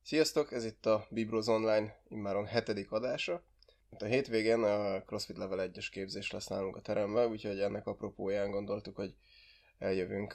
Sziasztok, ez itt a Bibroz Online immáron 7. adása. A hétvégén a CrossFit Level 1-es képzés lesz nálunk a teremben, úgyhogy ennek apropóján gondoltuk, hogy eljövünk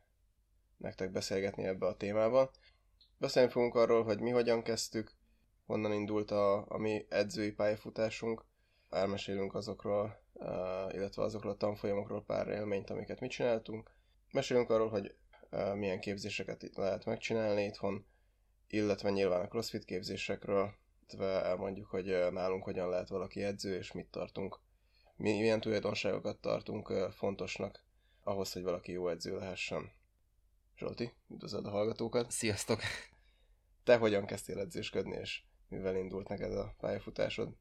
nektek beszélgetni ebbe a témában. Beszélni fogunk arról, hogy mi hogyan kezdtük, honnan indult a mi edzői pályafutásunk. Elmesélünk azokról, illetve azokról a tanfolyamokról pár élményt, amiket mi csináltunk. Mesélünk arról, hogy milyen képzéseket lehet megcsinálni itthon, illetve nyilván a CrossFit képzésekről, illetve elmondjuk, hogy nálunk hogyan lehet valaki edző, és mit tartunk, milyen tulajdonságokat tartunk fontosnak ahhoz, hogy valaki jó edző lehessen. Zsolti, üdvözöld a hallgatókat! Sziasztok! Te hogyan kezdtél edzősködni, és mivel indult neked a pályafutásod?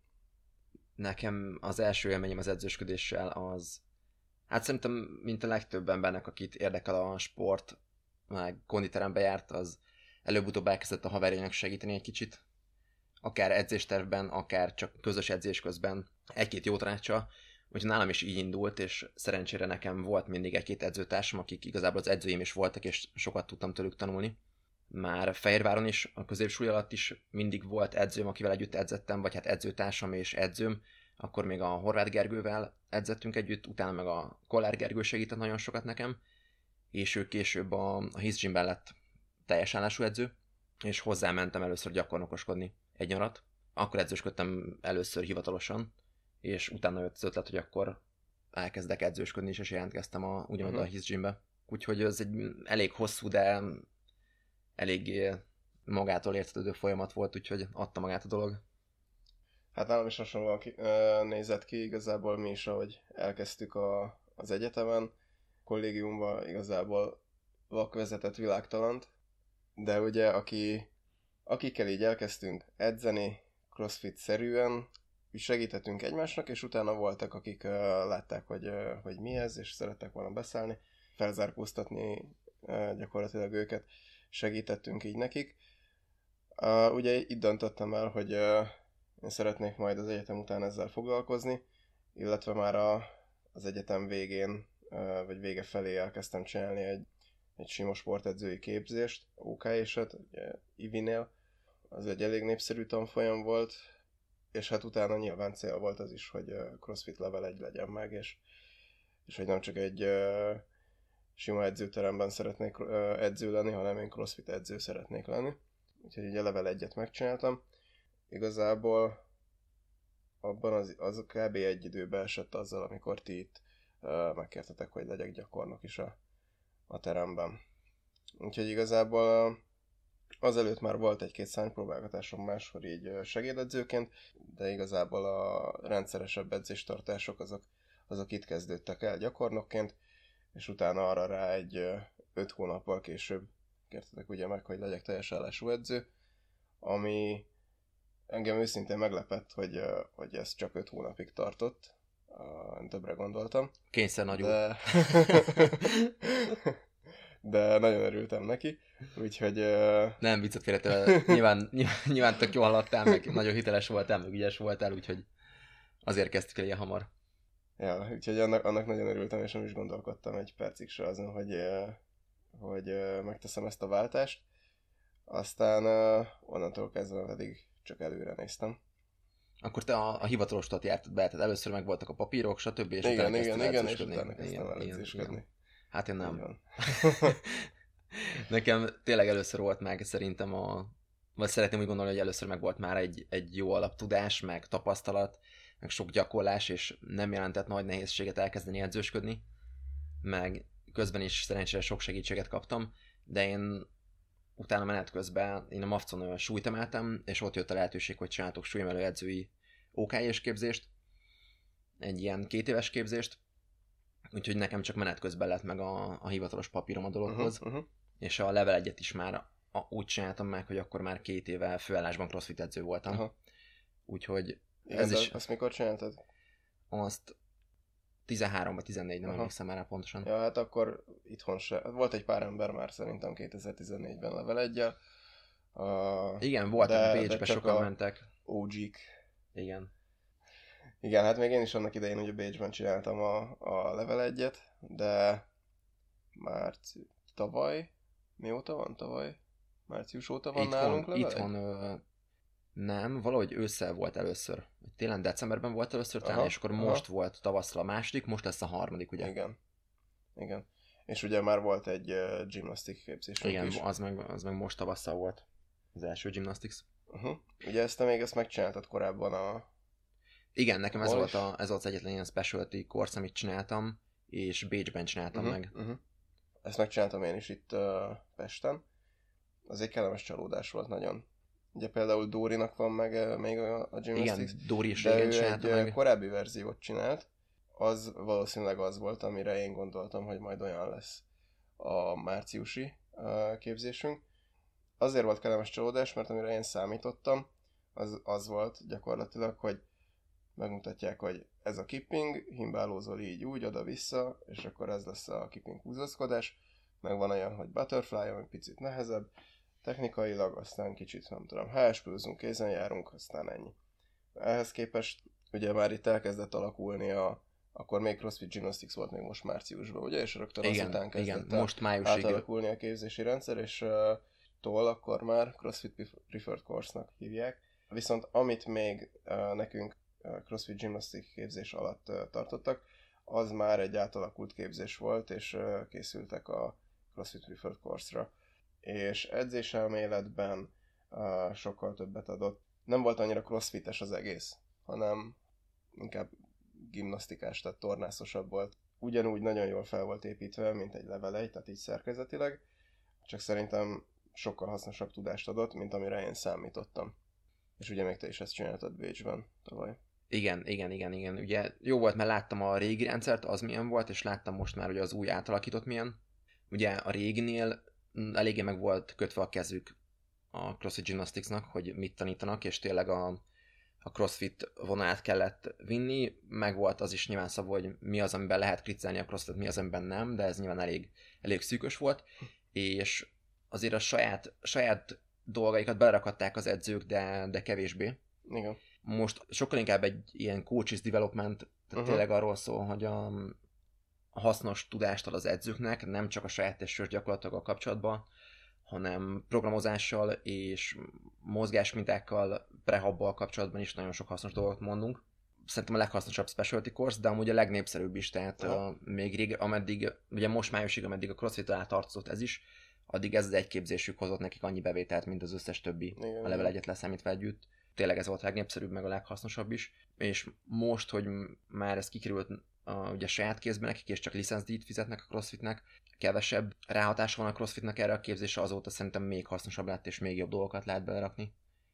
Nekem az első élményem az edzősködéssel az... Hát szerintem, mint a legtöbb embernek, akit érdekel a sport, meg konditerembe járt, az előbb-utóbb elkezdett a haverjainak segíteni egy kicsit. Akár edzéstervben, akár csak közös edzés közben egy-két jó tanácsa. Úgyhogy nálam is így indult, és szerencsére nekem volt mindig egy-két edzőtársam, akik igazából az edzőim is voltak, és sokat tudtam tőlük tanulni. Már Fehérváron is, a középsúly alatt is mindig volt edzőm, akivel együtt edzettem, vagy hát edzőtársam és edzőm. Akkor még a Horváth Gergővel edzettünk együtt, utána meg a Kollár Gergő segített nagyon sokat nekem, és ő később a His Gymben lett teljes állású edző, és hozzá mentem először gyakornokoskodni egy nyarat. Akkor edzősködtem először hivatalosan, és utána jött az ötlet, hogy akkor elkezdek edzősködni is, és jelentkeztem ugyanoda a His Gymbe. Úgyhogy ez egy elég hosszú, de eléggé magától értetődő folyamat volt, úgyhogy adta magát a dolog. Hát nálam is hasonlóan nézett ki, igazából mi is, ahogy elkezdtük az egyetemen, kollégiumban igazából vakvezetett világtalant, de ugye akikkel így elkezdtünk edzeni CrossFit-szerűen, mi segítettünk egymásnak, és utána voltak, akik látták, hogy mi ez, és szerettek volna beszállni, felzárkóztatni gyakorlatilag őket, segítettünk így nekik. Ugye itt döntöttem el, hogy én szeretnék majd az egyetem után ezzel foglalkozni, illetve már az egyetem végén, vagy vége felé elkezdtem csinálni egy sima sportedzői képzést, OK-eset, ugye IVI-nél. Az egy elég népszerű tanfolyam volt, és hát utána nyilván cél volt az is, hogy CrossFit Level 1 legyen meg, és hogy nem csak egy sima edzőteremben szeretnék edző lenni, hanem én CrossFit edző szeretnék lenni. Úgyhogy így a Level 1-et megcsináltam. Igazából abban az kb. Egy időbe esett azzal, amikor ti itt megkértetek, hogy legyek gyakornok is a teremben. Úgyhogy igazából azelőtt már volt egy-két szárnypróbálgatásom máshol így segédedzőként, de igazából a rendszeresebb edzéstartások azok itt kezdődtek el gyakornokként, és utána arra rá egy 5 hónappal később kértetek ugye meg, hogy legyek teljes állású edző, ami engem őszintén meglepett, hogy ez csak 5 hónapig tartott. Többre gondoltam. Kényszer nagyú. De nagyon örültem neki, úgyhogy... Nem, viccet félretéve, nyilván tök jól haladtál, meg nagyon hiteles voltál, meg ügyes voltál, úgyhogy azért kezdtük el ilyen hamar. Ja, úgyhogy annak nagyon örültem, és nem is gondolkodtam egy percig se azon, hogy megteszem ezt a váltást. Aztán onnantól kezdve pedig csak előre néztem. Akkor te a hivatalostat jártad be, tehát először meg voltak a papírok, stb. És igen, és utána kezdtem el edzősködni. Hát én nem. Nekem tényleg először volt meg szerintem vagy szeretném úgy gondolni, hogy először meg volt már egy jó alaptudás, meg tapasztalat, meg sok gyakorlás, és nem jelentett nagy nehézséget elkezdeni edzősködni, meg közben is szerencsére sok segítséget kaptam, de én utána menet közben én a MAFCON súlyt emeltem, és ott jött a lehetőség, hogy csináltok súlyemelő edzői OK-es képzést, egy ilyen 2 éves képzést, úgyhogy nekem csak menet közben lett meg a hivatalos papírom a dologhoz, és a Level 1-et is már úgy csináltam meg, hogy akkor már 2 éve főállásban CrossFit edző voltam. Úgyhogy ez is... Azt mikor csináltad? Azt 13 vagy 14, nem emlékszem már pontosan. Ja, hát akkor itthon se. Volt egy pár ember már szerintem 2014-ben Level 1-jel. Igen, voltak Bécsbe, sokan mentek. OG-k. Igen. Igen, hát még én is annak idején ugye Bécsben csináltam a Level 1-et, de már tavaly, mióta van tavaly? Március óta van nálunk level 1? Itthon nem, valahogy ősszel volt először. Télen decemberben volt először talán, és akkor most volt tavasszal a második, most lesz a harmadik, ugye? Igen. És ugye már volt egy gymnastic képzésünk igen, is. Igen, az meg most tavasszal volt. Az első gymnastics. Ugye ezt megcsináltad korábban Igen, nekem ez volt az egyetlen ilyen specialty course, amit csináltam, és Bécsben csináltam meg. Ezt megcsináltam én is itt Pesten. Az egy kellemes csalódás volt nagyon. Ugye például Dórinak van meg még a Gymnastics, igen, Dóri is de ő egy korábbi verziót csinált. Az valószínűleg az volt, amire én gondoltam, hogy majd olyan lesz a márciusi képzésünk. Azért volt kellemes csalódás, mert amire én számítottam, az volt gyakorlatilag, hogy megmutatják, hogy ez a kipping, himbálózol így úgy, oda-vissza, és akkor ez lesz a kipping húzózkodás. Meg van olyan, hogy butterfly, ami picit nehezebb, technikailag, aztán kicsit, nem tudom, HS-pülzünk, kézen járunk, aztán ennyi. Ehhez képest ugye már itt elkezdett alakulni akkor még CrossFit Gymnastics volt még most márciusban, ugye? És rögtön azután kezdett most májusig átalakulni a képzési rendszer, és akkor már CrossFit Preferred Course-nak hívják. Viszont amit még nekünk CrossFit Gymnastics képzés alatt tartottak, az már egy átalakult képzés volt, és készültek a CrossFit Preferred Course-ra. És edzéselméletben sokkal többet adott. Nem volt annyira crossfites az egész, hanem inkább gimnasztikás, tehát tornászosabb volt. Ugyanúgy nagyon jól fel volt építve, mint egy level 1, tehát így szerkezetileg, csak szerintem sokkal hasznosabb tudást adott, mint amire én számítottam. És ugye még te is ezt csináltad Bécsben tavaly. Igen. Ugye jó volt, mert láttam a régi rendszert, az milyen volt, és láttam most már, hogy az új átalakított milyen. Ugye a réginél eléggé meg volt kötve a kezük a CrossFit Gymnasticsnak, hogy mit tanítanak, és tényleg a CrossFit vonalát kellett vinni, meg volt az is nyilván szabva, hogy mi az, amiben lehet kliccelni a CrossFit, mi az, amiben nem, de ez nyilván elég szűkös volt, és azért a saját dolgaikat belerakadták az edzők, de kevésbé. Igen. Most sokkal inkább egy ilyen coaches development, tehát tényleg arról szól, hogy a hasznos tudást ad az edzőknek, nem csak a saját testős gyakorlatokkal kapcsolatban, hanem programozással és mozgásmintákkal, prehabbal kapcsolatban is nagyon sok hasznos dolgot mondunk. Szerintem a leghasznosabb specialty course, de amúgy a legnépszerűbb is, tehát még ameddig, ugye most májusig, ameddig a CrossFit alá tartozott ez is, addig ez az egy képzésük hozott nekik annyi bevételt, mint az összes többi, igen, a level 1-et leszámítva együtt. Tényleg ez volt a legnépszerűbb, meg a leghasznosabb is. És most, hogy már ez kikerült ugye saját kézben nekik, és csak licenszdíjat fizetnek a CrossFitnek, kevesebb ráhatása van a CrossFitnek erre a képzésre, azóta szerintem még hasznosabb lett, és még jobb dolgokat lehet belerakni.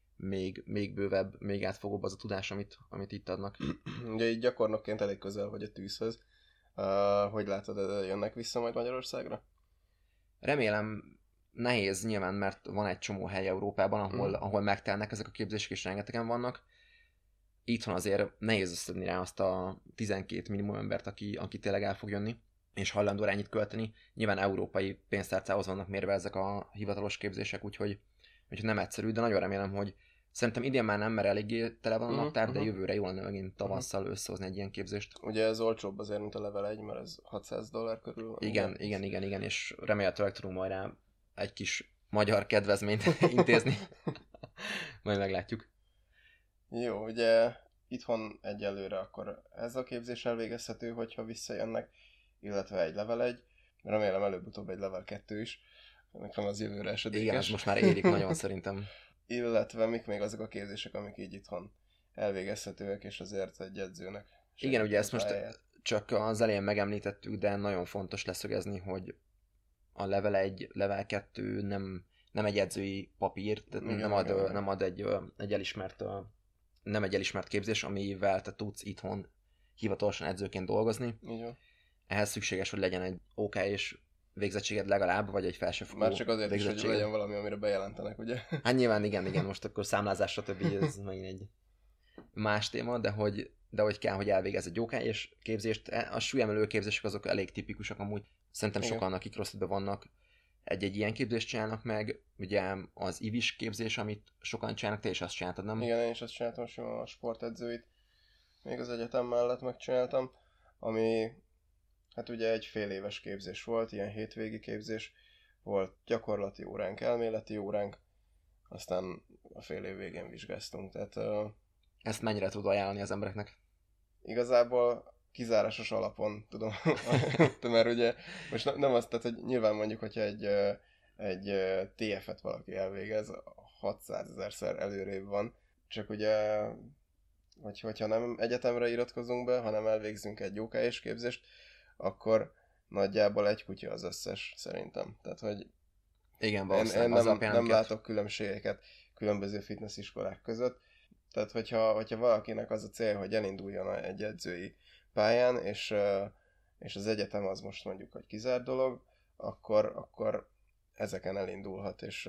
Még bővebb, még átfogóbb az a tudás, amit itt adnak. Ugye így gyakornokként elég közel vagy a tűzhöz. Hogy látod, jönnek vissza majd Magyarországra? Remélem, nehéz nyilván, mert van egy csomó hely Európában, ahol megtelnek ezek a képzések, és rengetegen vannak. Itthon azért nehéz összedni rá azt a 12 minimum embert, aki tényleg el fog jönni, és hajlandó rá ennyit költeni. Nyilván európai pénztárcához vannak mérve ezek a hivatalos képzések, úgyhogy nem egyszerű, de nagyon remélem, hogy szerintem idén már nem, mert eléggé tele van a naptár, de jövőre jó lenne megint tavasszal összehozni egy ilyen képzést. Ugye ez olcsóbb azért, mint a level 1, mert ez $600 körül van. Igen, és remélhetőleg tudunk majd rá egy kis magyar kedvezményt intézni. Majd meglátjuk. Jó, ugye itthon egyelőre akkor ez a képzés elvégezhető, hogyha visszajönnek, illetve egy level 1. Remélem előbb-utóbb egy level 2 is. Nekem az jövőre esedékes. Igen, ez most már érik nagyon szerintem. Illetve mik még azok a képzések, amik így itthon elvégezhetőek, és azért egy edzőnek. Igen, ugye ezt most csak az elején megemlítettük, de nagyon fontos leszögezni, hogy a level 1, level 2 nem egy edzői papír, tehát igen, nem ad egy elismert nem egy elismert képzés, amivel te tudsz itthon hivatalosan edzőként dolgozni. Igen. Ehhez szükséges, hogy legyen egy OK és végzettséged legalább, vagy egy felsőfokú már csak azért is, hogy legyen valami, amire bejelentenek, ugye? Hát nyilván igen, most akkor számlázásra többi, ez megint egy más téma, de hogy kell, hogy elvégezz egy OK és képzést. A súlyemelő képzések azok elég tipikusak amúgy. Szerintem sokan, akik CrossFitben vannak, egy ilyen képzést csinálnak meg, ugye az IVIS képzés, amit sokan csinálnak, te is azt csináltad, nem? Igen, én is azt csináltam, simán a sportedzőit. Még az egyetem mellett megcsináltam, ami hát ugye egy fél éves képzés volt, ilyen hétvégi képzés, volt gyakorlati óránk, elméleti óránk, aztán a fél év végén vizsgáztunk, tehát Ezt mennyire tud ajánlani az embereknek? igazából kizárásos alapon tudom, mert ugye most nem azt, tehát hogy nyilván mondjuk, hogyha egy TF-et valaki elvégez, 600 000-szer előrébb van, csak ugye, hogyha nem egyetemre iratkozunk be, hanem elvégzünk egy OKS képzést, akkor nagyjából egy kutya az összes, szerintem. Tehát, hogy Igen, én valószínűleg nem látok különbségeket különböző fitnessiskolák között. Tehát, hogyha valakinek az a cél, hogy elinduljon egy edzői pályán, és az egyetem az most mondjuk, hogy kizárt dolog, akkor ezeken elindulhat, és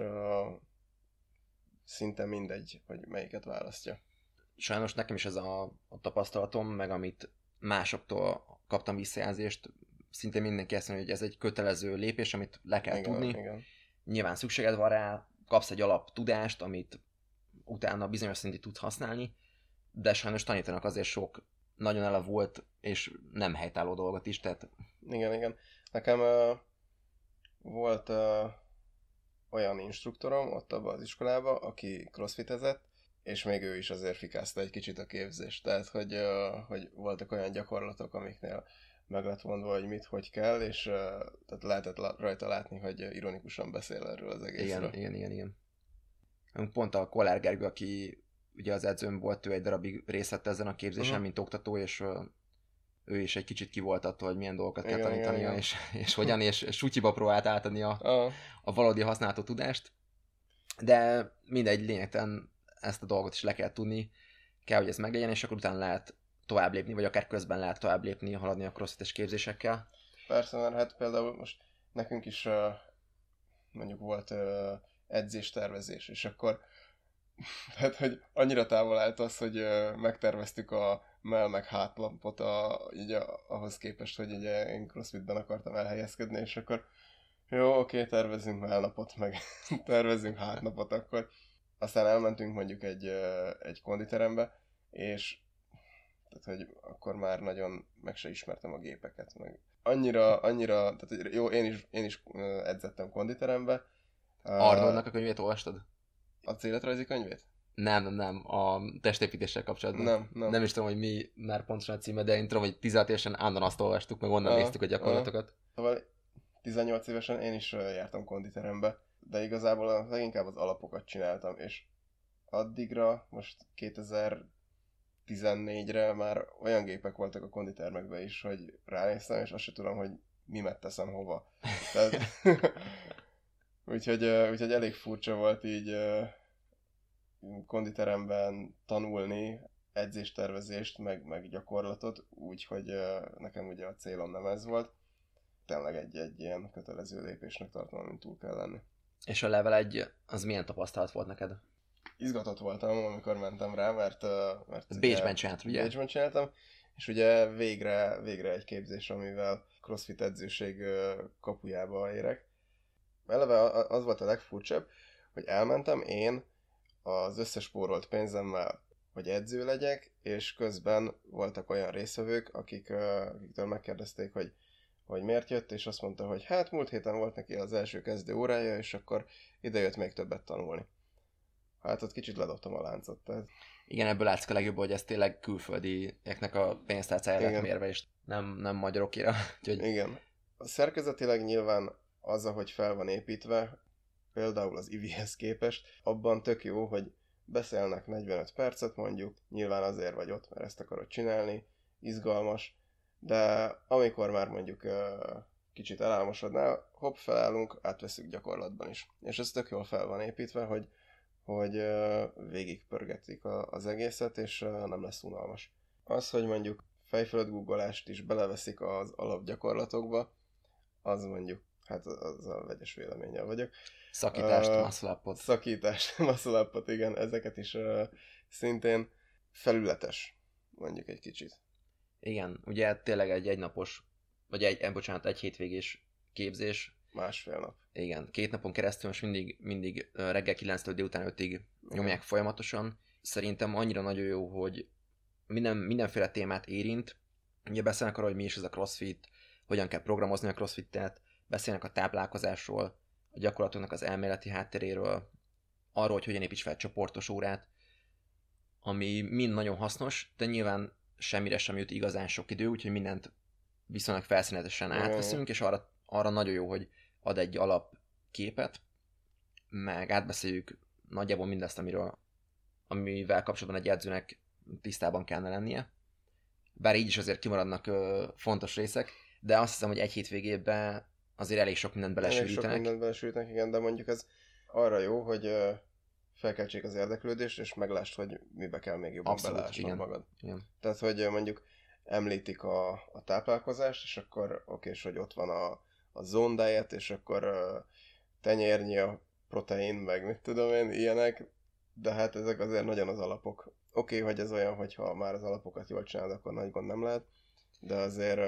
szinte mindegy, hogy melyiket választja. Sajnos nekem is ez a tapasztalatom, meg amit másoktól kaptam visszajelzést, szinte mindenki azt mondja, hogy ez egy kötelező lépés, amit le kell tudni. Igen. Nyilván szükséged van rá, kapsz egy alap tudást, amit utána bizonyos szintig tudsz használni, de sajnos tanítanak azért sok nagyon elavult és nem helytálló dolgot is, tehát... Igen. Nekem volt olyan instruktorom ott abban az iskolában, aki crossfitezett, és még ő is azért fikázta egy kicsit a képzést. Tehát, hogy voltak olyan gyakorlatok, amiknél meg lett mondva, hogy mit, hogy kell, és tehát lehetett rajta látni, hogy ironikusan beszél erről az egészről. Igen. Pont a Kollár Gergő, aki ugye az edzőm volt, ő egy darabig részt vett ezen a képzésen, mint oktató, és ő is egy kicsit ki volt attól, hogy milyen dolgokat kell tanítania, és hogyan, és sutyiba próbált átadni a valódi használható tudást. De mindegy, lényegtelen ezt a dolgot is le kell tudni, kell, hogy ez meglegyen, és akkor utána lehet tovább lépni, vagy akár közben lehet tovább lépni, haladni a crossfites képzésekkel. Persze, mert hát például most nekünk is mondjuk volt edzéstervezés, és akkor tehát, hogy annyira távol állt az, hogy megterveztük a mell meg hátlapot ahhoz képest, hogy ugye én crossfitben akartam elhelyezkedni, és akkor jó, oké, tervezünk mellnapot, meg tervezünk hátnapot, akkor aztán elmentünk mondjuk egy konditerembe, és tehát, hogy akkor már nagyon meg se ismertem a gépeket, meg annyira, tehát jó, én is edzettem konditerembe. Arnoldnak a könyvét olvastad? Az életrajzi könyvét? Nem, a testépítéssel kapcsolatban. Nem is tudom, hogy mi már pontosan a címe, de én tudom, hogy 16 évesen állandóan azt olvastuk, meg onnan néztük a gyakorlatokat. Szóval 18 évesen én is jártam konditerembe, de igazából leginkább az alapokat csináltam, és addigra, most 2014-re már olyan gépek voltak a konditermekben is, hogy ránéztem, és azt se tudom, hogy mimet teszem hova. Tehát, úgyhogy elég furcsa volt így konditeremben tanulni edzéstervezést, meg gyakorlatot, úgyhogy nekem ugye a célom nem ez volt. Tényleg egy ilyen kötelező lépésnek tartom, amin túl kell lenni. És a level 1, az milyen tapasztalat volt neked? Izgatott voltam, amikor mentem rá, mert Bécsben csináltam, ugye? Bécsben csináltam, és ugye végre egy képzés, amivel crossfit edzőség kapujába érek. Eleve az volt a legfurcsább, hogy elmentem én az összespórolt pénzemmel, hogy edző legyek, és közben voltak olyan részvevők, akiktől megkérdezték, hogy miért jött, és azt mondta, hogy hát múlt héten volt neki az első kezdő órája, és akkor ide jött még többet tanulni. Hát ott kicsit ledobtam a láncot. Tehát... Igen, ebből látszik a legjobb, hogy ez tényleg külföldieknek a pénztárcájára lett mérve, és nem magyarokira. Úgyhogy... Igen. Szerkezetileg nyilván az, ahogy fel van építve, például az IVI-hez képest, abban tök jó, hogy beszélnek 45 percet mondjuk, nyilván azért vagy ott, mert ezt akarod csinálni, izgalmas, de amikor már mondjuk kicsit elálmosodnál, hopp, felállunk, átveszünk gyakorlatban is. És ez tök jól fel van építve, hogy végigpörgetik az egészet, és nem lesz unalmas. Az, hogy mondjuk fejfölött guggolást is beleveszik az alapgyakorlatokba, az mondjuk, hát az a vegyes véleménnyel vagyok. Szakítást, muscle-upot. Szakítást, muscle-upot, igen, ezeket is szintén felületes, mondjuk egy kicsit. Igen, ugye tényleg egy egynapos, vagy egy hétvégés képzés. Másfél nap. Igen, 2 napon keresztül most mindig reggel 9-től délután 5-ig nyomják folyamatosan. Szerintem annyira nagyon jó, hogy mindenféle témát érint. Ugye beszélnek arról, hogy mi is ez a crossfit, hogyan kell programozni a crossfit-et, beszélnek a táplálkozásról, a gyakorlatoknak az elméleti hátteréről, arról, hogy hogyan építs fel egy csoportos órát, ami mind nagyon hasznos, de nyilván semmire sem jut igazán sok idő, úgyhogy mindent viszonylag felszínletesen átveszünk, és arra nagyon jó, hogy ad egy alapképet, meg átbeszéljük nagyjából mindezt, amivel kapcsolatban egy edzőnek tisztában kellene lennie. Bár így is azért kimaradnak fontos részek, de azt hiszem, hogy egy hétvégében azért elég sok mindent belesűrítenek. Elég sok mindent belesűrítenek, igen, de mondjuk ez arra jó, hogy felkeltsék az érdeklődést, és meglásd, hogy mibe kell még jobban beleásnod magad. Igen. Tehát, hogy mondjuk említik a táplálkozást, és akkor és hogy ott van a zone diet, és akkor tenyérnyi a protein, meg mit tudom én, ilyenek, de hát ezek azért nagyon az alapok. Hogy ez olyan, hogyha már az alapokat jól csinálod, akkor nagy gond nem lehet, de azért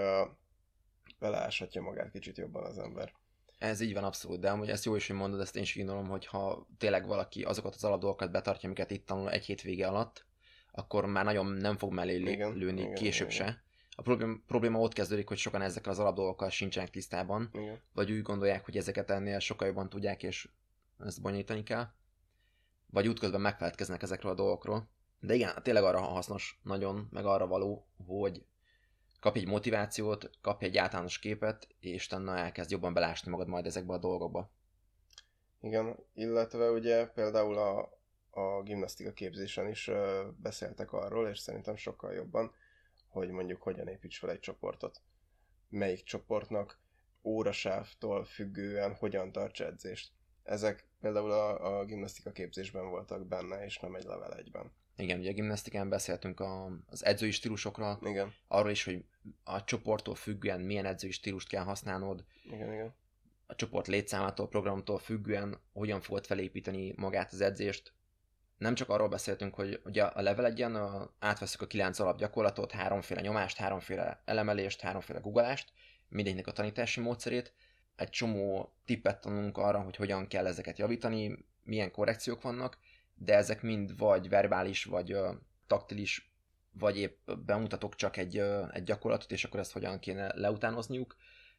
beleáshatja magát kicsit jobban az ember. Ez így van abszolút, de amúgy ezt jó is, hogy mondod, ezt én is gondolom, hogy ha tényleg valaki azokat az alapdolgokat betartja, amiket itt tanul egy hétvége alatt, akkor már nagyon nem fog mellé lőni igen, később igen. se. A probléma ott kezdődik, hogy sokan ezekkel az alapdolgokkal sincsenek tisztában, igen. Vagy úgy gondolják, hogy ezeket ennél sokkal jobban tudják, és ezt bonyolítani kell. Vagy útközben megfeledkeznek ezekről a dolgokról. De igen, tényleg arra hasznos nagyon, meg arra való, hogy kapj egy motivációt, kapj egy általános képet, és utána elkezd jobban belásni magad majd ezekbe a dolgokba. Igen, illetve ugye például a gimnasztika képzésen is beszéltek arról, és szerintem sokkal jobban, hogy mondjuk hogyan építs fel egy csoportot. Melyik csoportnak órasávtól függően hogyan tartsa edzést. Ezek például a gimnasztika képzésben voltak benne, és nem egy level 1-ben. Igen, ugye a gimnasztikán beszéltünk az edzői stílusokról, igen. Arról is, hogy a csoporttól függően milyen edzői stílust kell használnod, igen. A csoport létszámától, programtól függően hogyan fogod felépíteni magát az edzést. Nem csak arról beszéltünk, hogy ugye a level 1-en átveszük a 9 alapgyakorlatot, 3-féle nyomást, 3-féle elemelést, 3-féle guggolást, mindegynek a tanítási módszerét. Egy csomó tippet tanulunk arra, hogy hogyan kell ezeket javítani, milyen korrekciók vannak, de ezek mind vagy verbális, vagy taktilis, vagy épp bemutatok csak egy gyakorlatot, és akkor ezt hogyan kéne leutánozniuk.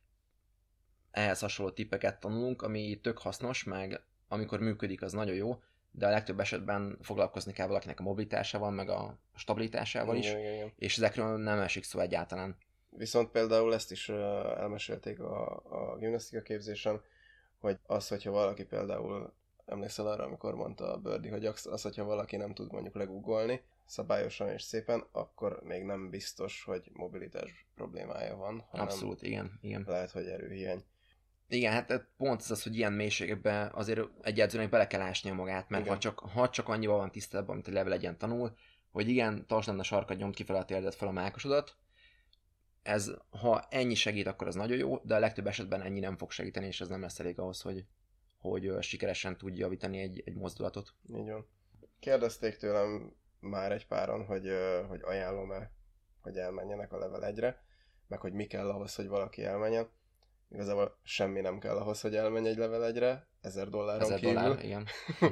Ehhez hasonló tippeket tanulunk, ami tök hasznos, meg amikor működik, az nagyon jó, de a legtöbb esetben foglalkozni kell valakinek a mobilitásával, meg a stabilitásával is, igen. És ezekről nem esik szó egyáltalán. Viszont például ezt is elmesélték a gimnasztika képzésen, hogy hogyha valaki például, emlékszel arra, amikor mondta a Birdie, hogy hogyha valaki nem tud mondjuk leguggolni szabályosan és szépen, akkor még nem biztos, hogy mobilitás problémája van. Abszolút, igen. Lehet, hogy erőhiány. Igen, hát pont ez az, hogy ilyen mélységekben azért egy edzőnek bele kell ásnia magát, mert ha csak annyival van tisztában, amit a level 1-en tanul, hogy igen, tartsd a sarkad, nyomd ki fel a térdet, fel a mákosodat. Ez, ha ennyi segít, akkor az nagyon jó, de a legtöbb esetben ennyi nem fog segíteni, és ez nem lesz elég ahhoz, hogy sikeresen tudja javítani egy mozdulatot. Így van. Kérdezték tőlem már egy páran, hogy ajánlom-e, hogy elmenjenek a level 1-re, meg hogy mi kell ahhoz, hogy valaki elmenjen. Igazából semmi nem kell ahhoz, hogy elmenj egy level 1-re, $1000 kívül. $1000, igen.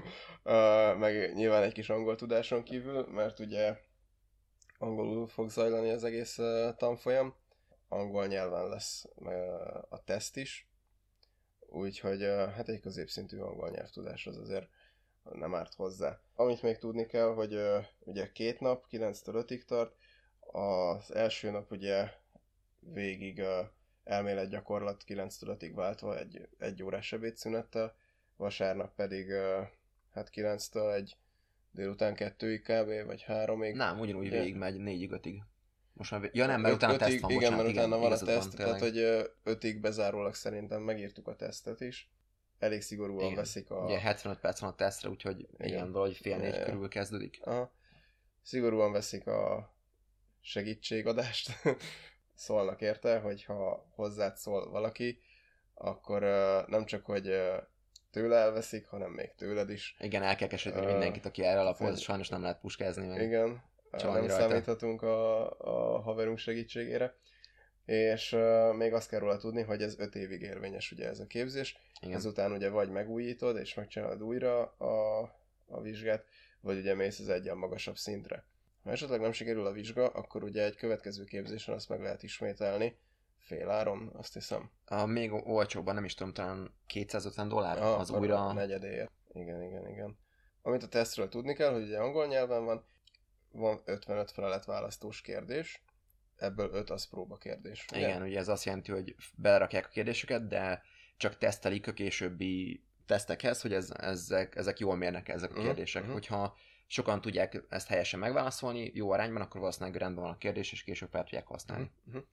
Meg nyilván egy kis angol tudáson kívül, mert ugye angolul fog zajlani az egész tanfolyam. Angol nyelven lesz a teszt is. Úgyhogy hát egy középszintű angol nyelvtudás az azért nem árt hozzá. Amit még tudni kell, hogy ugye 2 nap, 9-től 5-ig tart. Az első nap ugye végig elméletgyakorlat 9-től 5-ig váltva egy órás ebédszünettel, vasárnap pedig hát 9-től egy délután 2-ig kb. Vagy 3-ig. Nem, ugyanúgy végig megy 4-ig 5-ig. Most már mert utána a teszt van, igen, mert utána van a teszt, tényleg. tehát hogy 5-ig bezárólag szerintem megírtuk a tesztet is. Elég szigorúan veszik Ugye 75 perc van a tesztre, úgyhogy igen, valahogy fél 4 körül kezdődik. Aha. Szigorúan veszik a segítségadást. Szólnak érte, hogyha hozzád szól valaki, akkor nem csak, hogy tőle elveszik, hanem még tőled is. Igen, el kell keseríteni mindenkit, aki erre alapoz, sajnos nem lehet puskázni meg. Igen, nem számíthatunk a haverunk segítségére. És még azt kell róla tudni, hogy ez 5 évig érvényes ugye ez a képzés. Igen. Ezután ugye vagy megújítod, és megcsinálod újra a vizsgát, vagy ugye mész az egyen magasabb szintre. Ha esetleg nem sikerül a vizsga, akkor ugye egy következő képzésen azt meg lehet ismételni, féláron, azt hiszem. Még olcsóbban, nem is tudom, talán $250 az újra... újra... negyedéért. Igen. Amit a tesztről tudni kell, hogy ugye angol nyelven van 55 felett választós kérdés, ebből 5 az próbakérdés. Igen, ugye ez azt jelenti, hogy belerakják a kérdéseket, de csak tesztelik a későbbi tesztekhez, hogy ezek jól mérnek ezek a kérdések. Hogyha sokan tudják ezt helyesen megválaszolni, jó arányban, akkor valószínűleg rendben van a kérdés, és később fel tudják használni.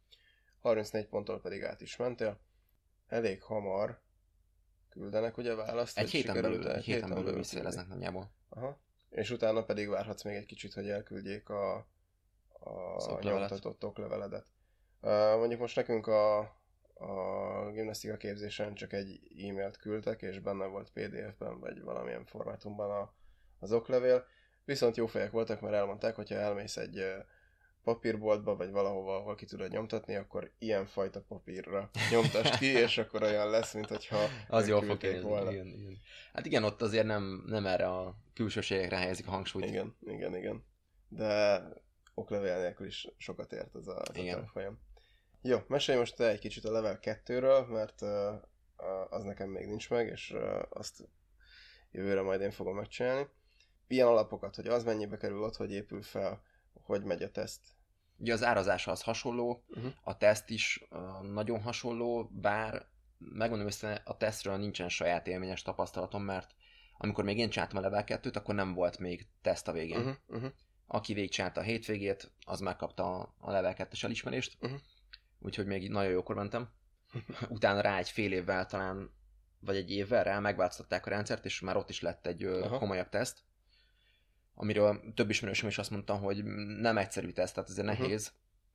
34 ponttól pedig át is mentél. Elég hamar küldenek ugye választ. Egy héten belül visszajeleznek nagyjából. Aha. És utána pedig várhatsz még egy kicsit, hogy elküldjék a nyomtatott okleveledet. Mondjuk most nekünk a gimnasztika képzésen csak egy e-mailt küldtek, és benne volt PDF-ben, vagy valamilyen formátumban az oklevél. Viszont jó fejek voltak, mert elmondták, hogyha elmész egy papírboltba, vagy valahova, ahol ki tudod nyomtatni, akkor ilyenfajta papírra nyomtasd ki, és akkor olyan lesz, mint hogyha az jól fog volna. Igen. Hát igen, ott azért nem erre a külsőségekre helyezik a hangsúlyt. Igen. De oklevél nélkül is sokat ért az a tanfolyam. Jó, mesélj most te egy kicsit a level 2-ről, mert az nekem még nincs meg, és azt jövőre majd én fogom megcsinálni. Ilyen alapokat, hogy az mennyibe kerül, ott hogy épül fel, hogy megy a teszt. Ugye az árazása az hasonló, a teszt is nagyon hasonló, bár megmondom össze, a tesztről nincsen saját élményes tapasztalatom, mert amikor még én csináltam a level 2-t, akkor nem volt még teszt a végén. Aki végigcsinálta a hétvégét, az megkapta a level 2-es elismerést, úgyhogy még nagyon jókor mentem. Utána rá egy fél évvel talán, vagy egy évvel rá megváltoztatták a rendszert, és már ott is lett egy komolyabb teszt, amiről több ismerősöm is azt mondta, hogy nem egyszerű teszt, tehát ezért nehéz.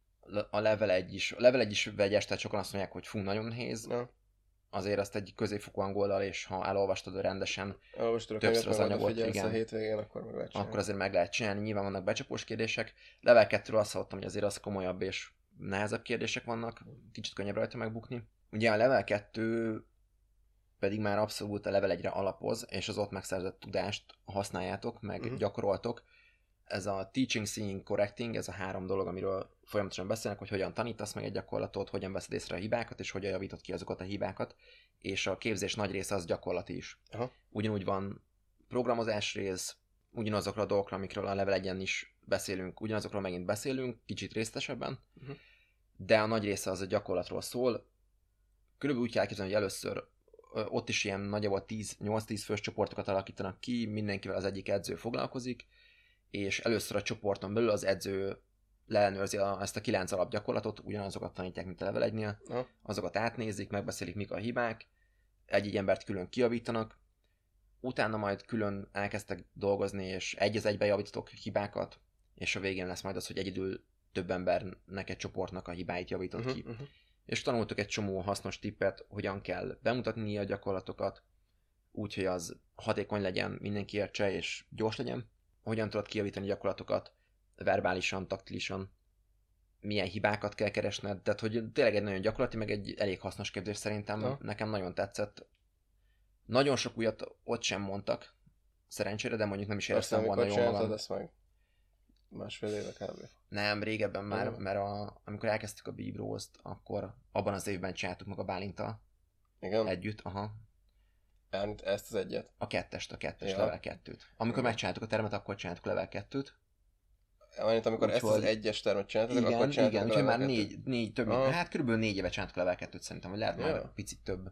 A level 1 is vegyes, tehát sokan azt mondják, hogy fú, nagyon nehéz. Azért azt egy középfokú angollal, és ha elolvastad rendesen többször az anyagot, igen, a hétvégén, akkor meg lehet csinálni. Akkor azért meg lehet csinálni, nyilván vannak becsapós kérdések. Level 2-ről azt hallottam, hogy azért az komolyabb és nehezebb kérdések vannak, kicsit könnyebb rajta megbukni. Ugye a level 2 pedig már abszolút a level 1-re alapoz, és az ott megszerzett tudást használjátok, meg gyakoroltok. Ez a teaching, seeing, correcting, ez a 3 dolog, amiről folyamatosan beszélnek, hogy hogyan tanítasz meg egy gyakorlatot, hogyan veszed észre a hibákat, és hogyan javítod ki azokat a hibákat, és a képzés nagy része az gyakorlati is. Ugyanúgy van programozás rész, ugyanazokról a dolgokról, amikről a level 1-en is beszélünk, ugyanazokról megint beszélünk, kicsit részletesebben, de a nagy része az a gyakorlatról szól. Körülbelül úgy kell elképzelni, hogy először ott is ilyen nagyjából 8-10 fős csoportokat alakítanak ki, mindenkivel az egyik edző foglalkozik, és először a csoporton belül az edző leellenőrzi ezt a 9 alapgyakorlatot, ugyanazokat tanítják, mint a level 1-nél, azokat átnézik, megbeszélik, mik a hibák, egy-egy embert külön kijavítanak, utána majd külön elkezdtek dolgozni, és egy az egybe javítotok hibákat, és a végén lesz majd az, hogy egyedül több embernek, egy csoportnak a hibáit javított ki. És tanultok egy csomó hasznos tippet, hogyan kell bemutatni a gyakorlatokat, úgyhogy az hatékony legyen, mindenki értse és gyors legyen. Hogyan tudod kijavítani gyakorlatokat verbálisan, taktilisan, milyen hibákat kell keresned, tehát hogy tényleg egy nagyon gyakorlati, meg egy elég hasznos képzés szerintem, nekem nagyon tetszett. Nagyon sok újat ott sem mondtak, szerencsére, de mondjuk nem is éreztem volna jól magam. Ezt meg? Másfél éve kb. Nem, régebben már, mert amikor elkezdtük a Bibrózt, akkor abban az évben csináltuk meg a Bálinttal. Igen? Együtt, Ezt az egyet? A kettest, level 2-t. Amikor megcsináltuk a termet, akkor csináltuk level 2-t. Amikor ezt az egyes termet csináltatok, akkor csináltuk igen, úgyhogy már hát körülbelül 4 éve csináltuk a level 2-t szerintem, vagy lehet már picit több.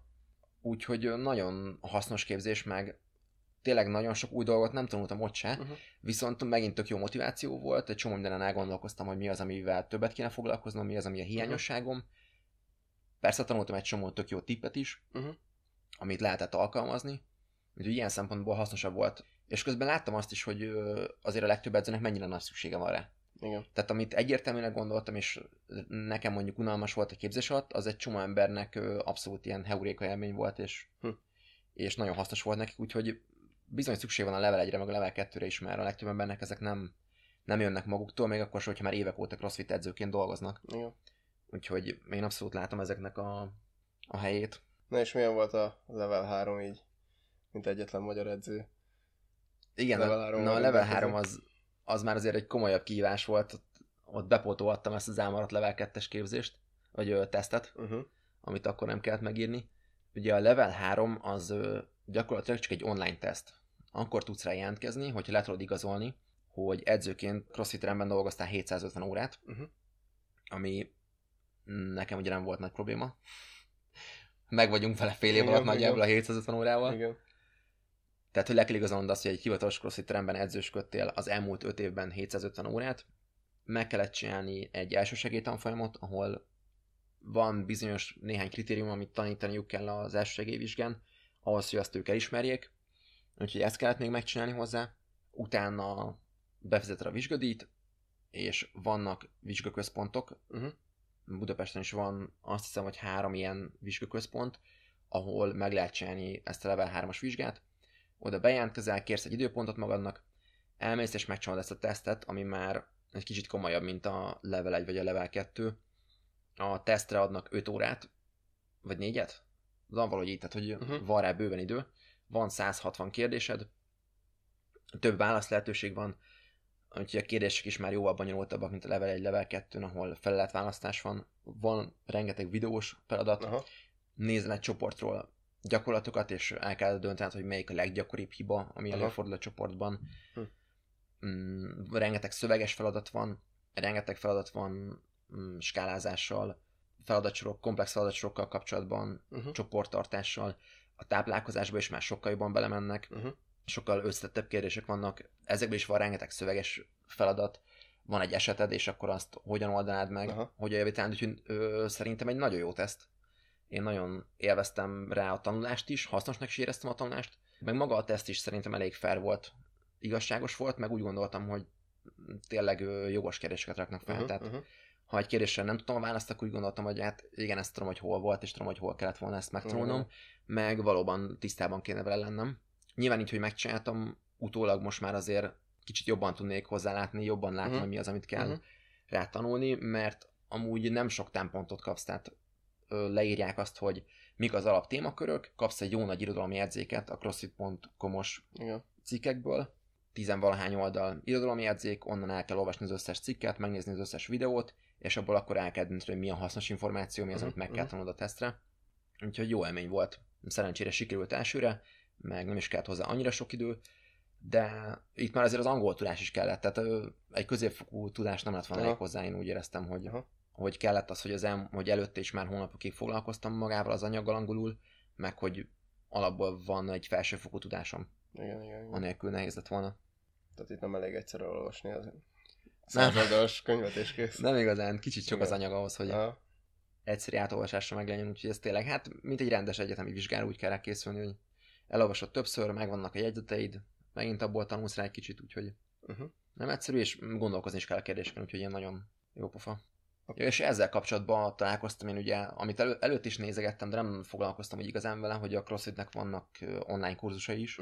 Úgyhogy nagyon hasznos képzés, meg tényleg nagyon sok új dolgot nem tanultam ott se, viszont megint tök jó motiváció volt, egy csomó mindenen elgondolkoztam, hogy mi az, amivel többet kéne foglalkoznom, mi az, ami a hiányosságom. Persze tanultam egy csomó tök jó tippet is, amit lehetett alkalmazni, úgyhogy ilyen szempontból hasznosabb volt. És közben láttam azt is, hogy azért a legtöbb edzőnek mennyire nagy szüksége van rá. Igen. Tehát amit egyértelműen gondoltam, és nekem mondjuk unalmas volt a képzés alatt, az egy csomó embernek abszolút ilyen heuréka élmény volt, és nagyon hasznos volt nekik, úgyhogy bizony szükség van a level 1-re, meg a level 2-re is, mert a legtöbb embernek ezek nem jönnek maguktól, még akkor sem, hogyha már évek óta CrossFit edzőként dolgoznak. Igen. Úgyhogy én abszolút látom ezeknek a helyét. Na és milyen volt a level 3 így, mint egyetlen magyar edző? Igen, a level 3 az már azért egy komolyabb kihívás volt, ott bepótolhattam ezt az elmaradt level 2-es képzést, vagy tesztet, amit akkor nem kellett megírni. Ugye a level 3 az gyakorlatilag csak egy online teszt. Akkor tudsz rá jelentkezni, hogyha le tudod igazolni, hogy edzőként CrossFit teremben dolgoztál 750 órát, ami nekem ugye nem volt nagy probléma. Meg vagyunk vele fél év alatt nagyjából a 750 órával. Igen. Tehát, hogy le kell igazolnod azt, hogy egy hivatalos CrossFit teremben edzősködtél az elmúlt 5 évben 750 órát. Meg kellett csinálni egy elsősegélytanfolyamot, ahol van bizonyos néhány kritérium, amit tanítaniuk kell az elsősegélyvizsgán, ahhoz, hogy azt ők elismerjék. Úgyhogy ezt kellett még megcsinálni hozzá. Utána befizeted a vizsgadíjt, és vannak vizsgaközpontok. Budapesten is van, azt hiszem, hogy 3 ilyen vizsgaközpont, ahol meg lehet csinálni ezt a level 3-as vizsgát. Oda bejelentkezel, kérsz egy időpontot magadnak, elmész és megcsinálod ezt a tesztet, ami már egy kicsit komolyabb, mint a level 1 vagy a level 2. A tesztre adnak 5 órát, vagy 4-et? Van valahogy így, tehát hogy van rá bőven idő. Van 160 kérdésed, több válasz lehetőség van, úgyhogy a kérdések is már jóval bonyolultabbak, mint a level 1, level 2-n, ahol feleletválasztás van. Van rengeteg videós feladat, nézel egy csoportról gyakorlatokat, és el kell döntened, hogy melyik a leggyakoribb hiba, ami előfordul a csoportban. Rengeteg szöveges feladat van, skálázással, feladatsorok, komplex feladatsorokkal kapcsolatban, csoporttartással. A táplálkozásba is már sokkal jobban belemennek, sokkal összetettebb kérdések vannak. Ezekből is van rengeteg szöveges feladat, van egy eseted, és akkor azt hogyan oldanád meg, hogyan javítanád, úgyhogy szerintem egy nagyon jó teszt. Én nagyon élveztem rá a tanulást is, hasznosnak is éreztem a tanulást, meg maga a teszt is szerintem elég fair volt, igazságos volt, meg úgy gondoltam, hogy tényleg jogos kérdéseket raknak fel. Tehát ha egy kérdésre nem tudtam a választ, akkor úgy gondoltam, hogy hát igen, ezt tudom, hogy hol volt, és tudom, hogy hol kellett volna ezt megtanulnom, meg valóban tisztában kéne vele lennem. Nyilván így, hogy megcsináltam, utólag most már azért kicsit jobban tudnék hozzálátni, jobban látom, hogy mi az, amit kell rá tanulni, mert amúgy nem sok támpontot kapsz, tehát leírják azt, hogy mik az alap témakörök, kapsz egy jó nagy irodalmi jegyzéket a crossfit.com-os cikkekből, 10-valahány oldal irodalmi jegyzék, onnan el kell olvasni az összes cikket, megnézni az összes videót, és abból akkor el kell dönteni, hogy mi a hasznos információ, mi az, amit meg kell tanulnod a tesztre. Úgyhogy jó élmény volt. Szerencsére sikerült elsőre, meg nem is kellett hozzá annyira sok idő, de itt már azért az angol tudás is kellett, tehát egy középfokú tudás nem lett volna elég hozzá, én úgy éreztem, hogy kellett az, hogy előtte is már hónapokig foglalkoztam magával az anyaggal angolul, meg hogy alapból van egy felsőfokú tudásom. Igen. Anélkül nehéz lett volna. Tehát itt nem elég egyszerű olvasni az 100 oldalas könyvet és kész. Nem igazán, kicsit sok az anyag ahhoz, hogy egyszerű átolvasásra meglegyen, úgyhogy ez tényleg, hát mint egy rendes egyetemi vizsgára úgy kell rá készülni, hogy elolvasod többször, megvannak a jegyzeteid, megint abból tanulsz rá egy kicsit, úgyhogy nem egyszerű, és gondolkozni is kell a kérdéseken, úgyhogy ilyen nagyon jó pofa. Ja, és ezzel kapcsolatban találkoztam én ugye, amit előtt is nézegettem, de nem foglalkoztam úgy igazán vele, hogy a CrossFitnek vannak online kurzusai is,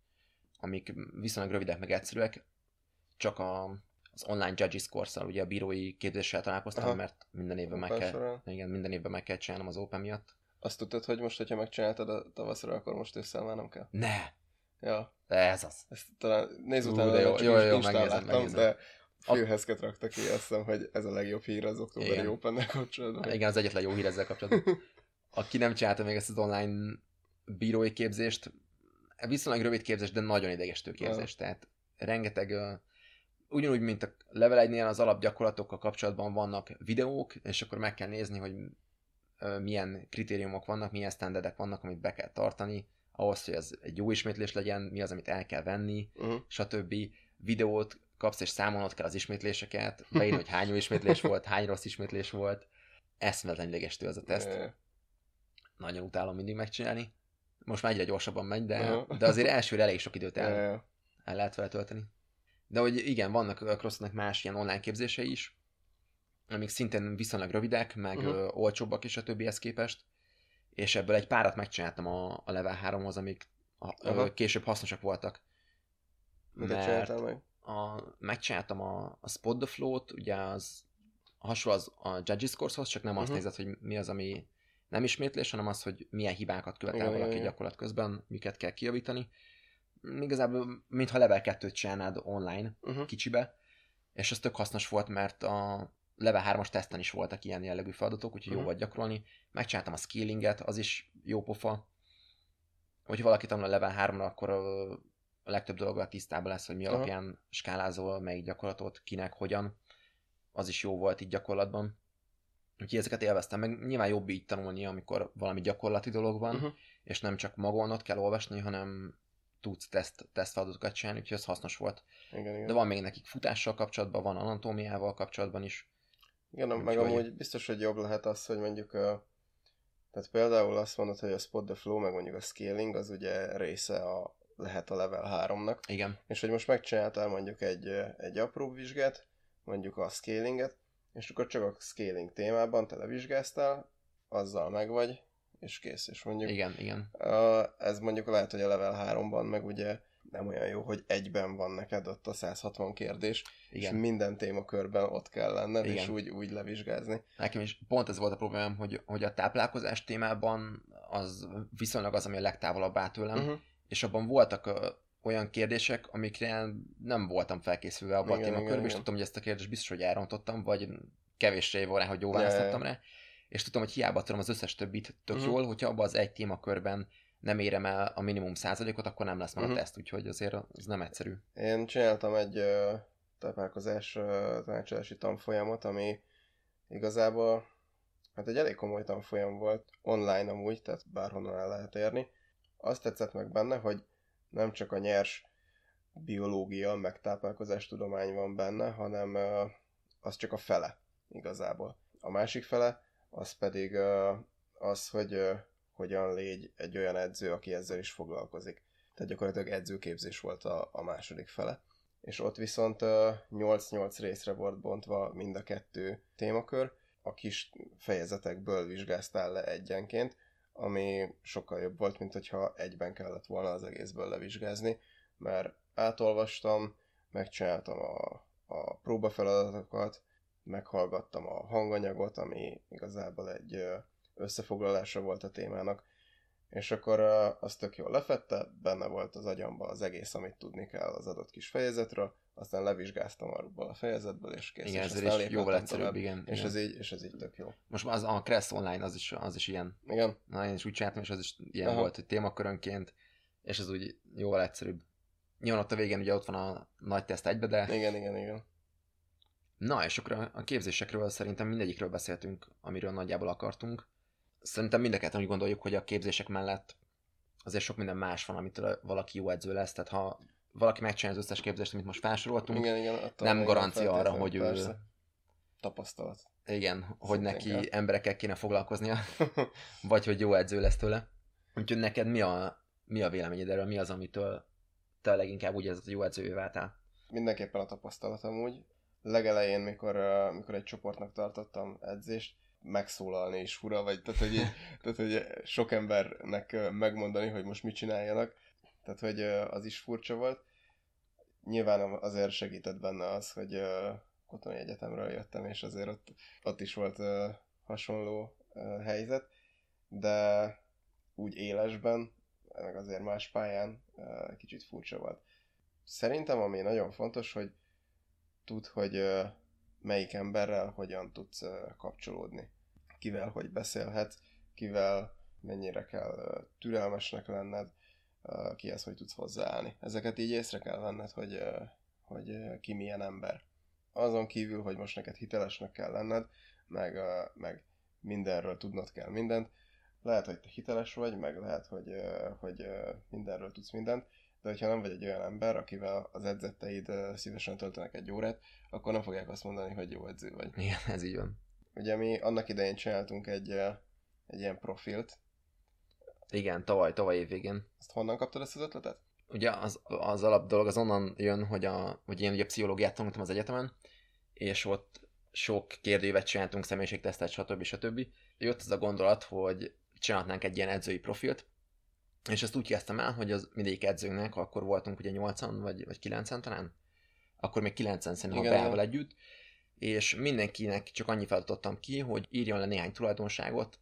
amik viszonylag rövidek meg egyszerűek, csak az online judges course-szal, ugye a bírói képzéssel találkoztam, mert minden évben meg kell csinálnom az Open miatt. Azt tudtad, hogy most, hogyha megcsináltad a tavaszra, akkor most ősszel már nem kell? Ne! Ja. Ez az. Ezt talán nézz utána, jó, megnézem. De fülhezket rakta ki, azt hiszem, hogy ez a legjobb hír az októberi Open-nel kapcsolatban. Igen, az egyetlen jó hír ezzel kapcsolatban. Aki nem csinálta még ezt az online bírói képzést, viszonylag rövid képzés, de nagyon idegesítő képzés. Tehát rengeteg, ugyanúgy, mint a level 1-nél az alapgyakorlatokkal kapcsolatban vannak videók, és akkor meg kell nézni, hogy milyen kritériumok vannak, milyen standardek vannak, amit be kell tartani, ahhoz, hogy ez egy jó ismétlés legyen, mi az, amit el kell venni, stb. Videót kapsz, és számolnod kell az ismétléseket, beírni, hogy hány jó ismétlés volt, hány rossz ismétlés volt. Eszméletlen idegesítő az a teszt. Nagyon utálom mindig megcsinálni. Most már egyre gyorsabban megy, de azért elsőre elég sok időt el lehet vele tölteni. De hogy igen, vannak a CrossFitnek más ilyen online képzései is, amik szintén viszonylag rövidek, meg olcsóbbak is a többihez képest, és ebből egy párat megcsináltam a Level 3-hoz, amik később hasznosak voltak. Miket csináltál meg? Megcsináltam a Spot the Flow-t, ugye az hasonló az a Judges Course-hoz, csak nem azt nézed, hogy mi az, ami nem ismétlés, hanem az, hogy milyen hibákat követel valaki gyakorlat közben, miket kell kijavítani. Igazából, mintha Level 2-t csinálnád online, kicsibe, és ez tök hasznos volt, mert level 3-as teszten is voltak ilyen jellegű feladatok, úgyhogy jó volt gyakorolni. Megcsináltam a scalinget, az is jó pofa. Hogyha valaki tanul a level 3-ra, akkor a legtöbb dologgal tisztában lesz, hogy mi alapján skálázol, melyik gyakorlatot, kinek, hogyan. Az is jó volt így gyakorlatban. Úgyhogy ezeket élveztem, meg nyilván jobb így tanulni, amikor valami gyakorlati dolog van, és nem csak magolnod kell olvasni, hanem tudsz tesztfeladatokat csinálni, úgyhogy ez hasznos volt. Igen. De van még nekik futással kapcsolatban, van anatómiával kapcsolatban is. Igen, meg amúgy biztos, hogy jobb lehet az, hogy mondjuk tehát például azt mondod, hogy a spot the flow, meg mondjuk a scaling, az ugye része lehet a level 3-nak. Igen. És hogy most megcsináltál mondjuk egy apróbb vizsgát, mondjuk a scalinget, és akkor csak a scaling témában te levizsgáztál, azzal megvagy, és kész. És mondjuk Igen. Ez mondjuk lehet, hogy a level 3-ban meg ugye nem olyan jó, hogy egyben van neked ott a 160 kérdés, igen. És minden témakörben ott kell lenned, igen. És úgy levizsgázni. Nekem is pont ez volt a problémám, hogy a táplálkozás témában az viszonylag az, ami a legtávolabb áll tőlem, és abban voltak olyan kérdések, amikre nem voltam felkészülve abban a témakörben, és tudtam, hogy ezt a kérdést biztos, hogy elrontottam, vagy kevéssé volt rá, hogy jó választottam rá, és tudtam, hogy hiába tudom az összes többit tök jól, hogyha abban az egy témakörben nem érem el a minimum százalékot, akkor nem lesz meg a teszt, úgyhogy azért az nem egyszerű. Én csináltam egy táplálkozás tanácsadási tanfolyamot, ami igazából hát egy elég komoly tanfolyam volt, online amúgy, tehát bárhonnan el lehet érni. Azt tetszett meg benne, hogy nem csak a nyers biológia, meg táplálkozástudomány van benne, hanem az csak a fele igazából. A másik fele, az pedig az, hogy hogyan légy egy olyan edző, aki ezzel is foglalkozik. Tehát gyakorlatilag edzőképzés volt a második fele. És ott viszont 8-8 részre volt bontva mind a kettő témakör. A kis fejezetekből vizsgáztál le egyenként, ami sokkal jobb volt, mint hogyha egyben kellett volna az egészből levizsgázni, mert átolvastam, megcsináltam a próbafeladatokat, meghallgattam a hanganyagot, ami igazából egy összefoglalása volt a témának, és akkor azt tök jól lefette, benne volt az agyamba az egész, amit tudni kell az adott kis fejezetről, aztán levizsgáztam arról a fejezetből, és kész. Igen, és ezzel is jóval egyszerűbb, igen. És ez így tök jó. Most már a Crest Online az is ilyen. Igen. Na, én is úgy csináltam, és az is ilyen volt, hogy témakörönként, és ez úgy jóval egyszerűbb. Nyilván ott a végén ugye ott van a nagy teszt egybe, de... Igen. Na, és akkor a képzésekről szerintem mindegyikről beszéltünk, amiről nagyjából akartunk. Szerintem mind a ketten úgy gondoljuk, hogy a képzések mellett azért sok minden más van, amitől valaki jó edző lesz. Tehát ha valaki megcsinálja az összes képzést, amit most felsoroltunk, nem garancia arra, hogy ő... Tapasztalat. Igen, hogy neki emberekkel kéne foglalkoznia, vagy hogy jó edző lesz tőle. Úgyhogy neked mi a véleményed erről? Mi az, amitől te leginkább úgy érzed, hogy jó edzővé váltál? Mindenképpen a tapasztalat amúgy. Legelején, mikor egy csoportnak tartottam edzést, megszólalni is fura, vagy tehát, hogy sok embernek megmondani, hogy most mit csináljanak. Tehát, hogy az is furcsa volt. Nyilván azért segített benne az, hogy Katonai Egyetemről jöttem, és azért ott is volt hasonló helyzet, de úgy élesben, meg azért más pályán kicsit furcsa volt. Szerintem ami nagyon fontos, hogy tudd, hogy melyik emberrel hogyan tudsz kapcsolódni. Kivel hogy beszélhetsz, kivel mennyire kell türelmesnek lenned, kihez hogy tudsz hozzáállni. Ezeket így észre kell venned, hogy ki milyen ember. Azon kívül, hogy most neked hitelesnek kell lenned, meg mindenről tudnod kell mindent. Lehet, hogy te hiteles vagy, meg lehet, hogy mindenről tudsz mindent, de hogyha nem vagy egy olyan ember, akivel az edzetteid szívesen töltenek egy órát, akkor nem fogják azt mondani, hogy jó edző vagy. Igen, ez így van. Ugye mi annak idején csináltunk egy ilyen profilt. Igen, tavaly év végén. Azt honnan kaptad ezt az ötletet? Ugye az alap dolog az onnan jön, hogy én ugye pszichológiát tanultam az egyetemen, és ott sok kérdőívet csináltunk, személyiségtesztet, stb. Jött az a gondolat, hogy csinálhatnánk egy ilyen edzői profilt, és ezt úgy kezdtem el, hogy az mindegyik edzőnknek, akkor voltunk ugye 8-an, vagy 9-en talán, akkor még 9-en szerintem a Beával együtt, és mindenkinek csak annyi feladatot ki, hogy írjon le néhány tulajdonságot,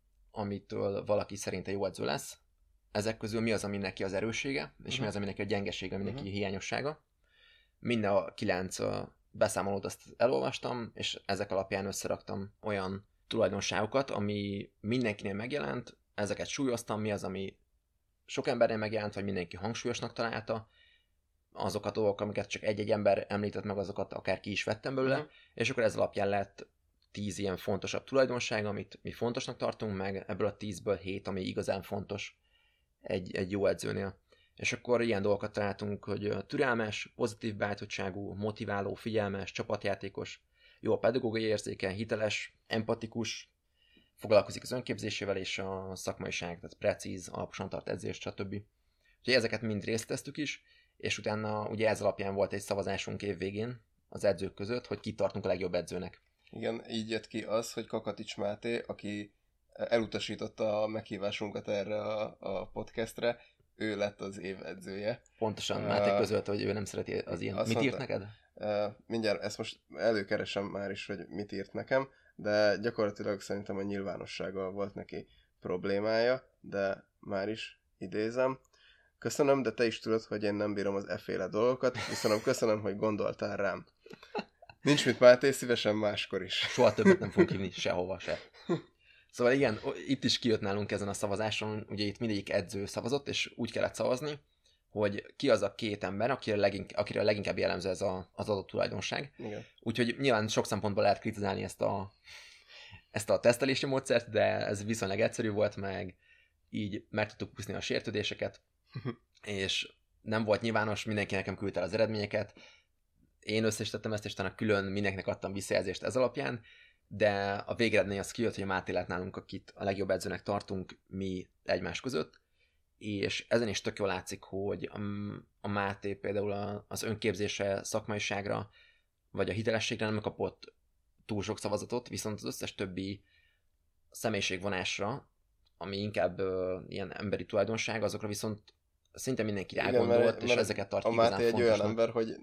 amitől valaki szerinte jó edző lesz. Ezek közül mi az, ami neki az erőssége, és mi az, ami neki a gyengesége, ami neki hiányossága. Minden a 9 beszámolót azt elolvastam, és ezek alapján összeraktam olyan tulajdonságokat, ami mindenkinél megjelent, ezeket súlyoztam, mi az, ami sok embernél megjelent, vagy mindenki hangsúlyosnak találta, azokat a dolgok, amiket csak egy-egy ember említett meg, azokat akár ki is vettem belőle, és akkor ez alapján lett 10 ilyen fontosabb tulajdonság, amit mi fontosnak tartunk, meg ebből a 10-ből 7, ami igazán fontos egy jó edzőnél. És akkor ilyen dolgokat találtunk, hogy türelmes, pozitív beállítottságú, motiváló, figyelmes, csapatjátékos, jó a pedagógiai érzéke, hiteles, empatikus, foglalkozik az önképzésével és a szakmaiság, tehát precíz, alaposan tart edzést, stb. Úgyhogy ezeket mind részleteztük is, és utána ugye ez alapján volt egy szavazásunk évvégén az edzők között, hogy kit tartunk a legjobb edzőnek. Igen, így jött ki az, hogy Kakatics Máté, aki elutasította a meghívásunkat erre a podcastre, ő lett az év edzője. Pontosan, Máté közölte, hogy ő nem szereti az ilyen. Mit írt neked? Mindjárt ezt most előkeresem már is, hogy mit írt nekem, de gyakorlatilag szerintem a nyilvánossággal volt neki problémája, de már is idézem. Köszönöm, de te is tudod, hogy én nem bírom az efféle dolgokat, viszont köszönöm, hogy gondoltál rám. Nincs mit, Máté, szívesen máskor is. Soha többet nem fogunk hívni sehova se. Szóval igen, itt is kijött nálunk ezen a szavazáson, ugye itt mindegyik edző szavazott, és úgy kellett szavazni, hogy ki az a két ember, akire leginkább jellemző ez az adott tulajdonság. Igen. Úgyhogy nyilván sok szempontból lehet kritizálni ezt a tesztelési módszert, de ez viszonylag egyszerű volt, meg így meg tudtuk húzni a sértődéseket, és nem volt nyilvános, mindenki nekem küldte el az eredményeket. Én összesítettem ezt, és utána külön mindenkinek adtam visszajelzést ez alapján, de a végeredmény az kijött, hogy a Máté lett nálunk, akit a legjobb edzőnek tartunk mi egymás között, és ezen is tök jól látszik, hogy a Máté például az önképzésre, szakmaiságra, vagy a hitelességre nem kapott túl sok szavazatot, viszont az összes többi személyiségvonásra, ami inkább ilyen emberi tulajdonság, azokra viszont szinte mindenki rágondolt, és ezeket tartja igazán fontosnak. A Máté egy olyan ember, hogy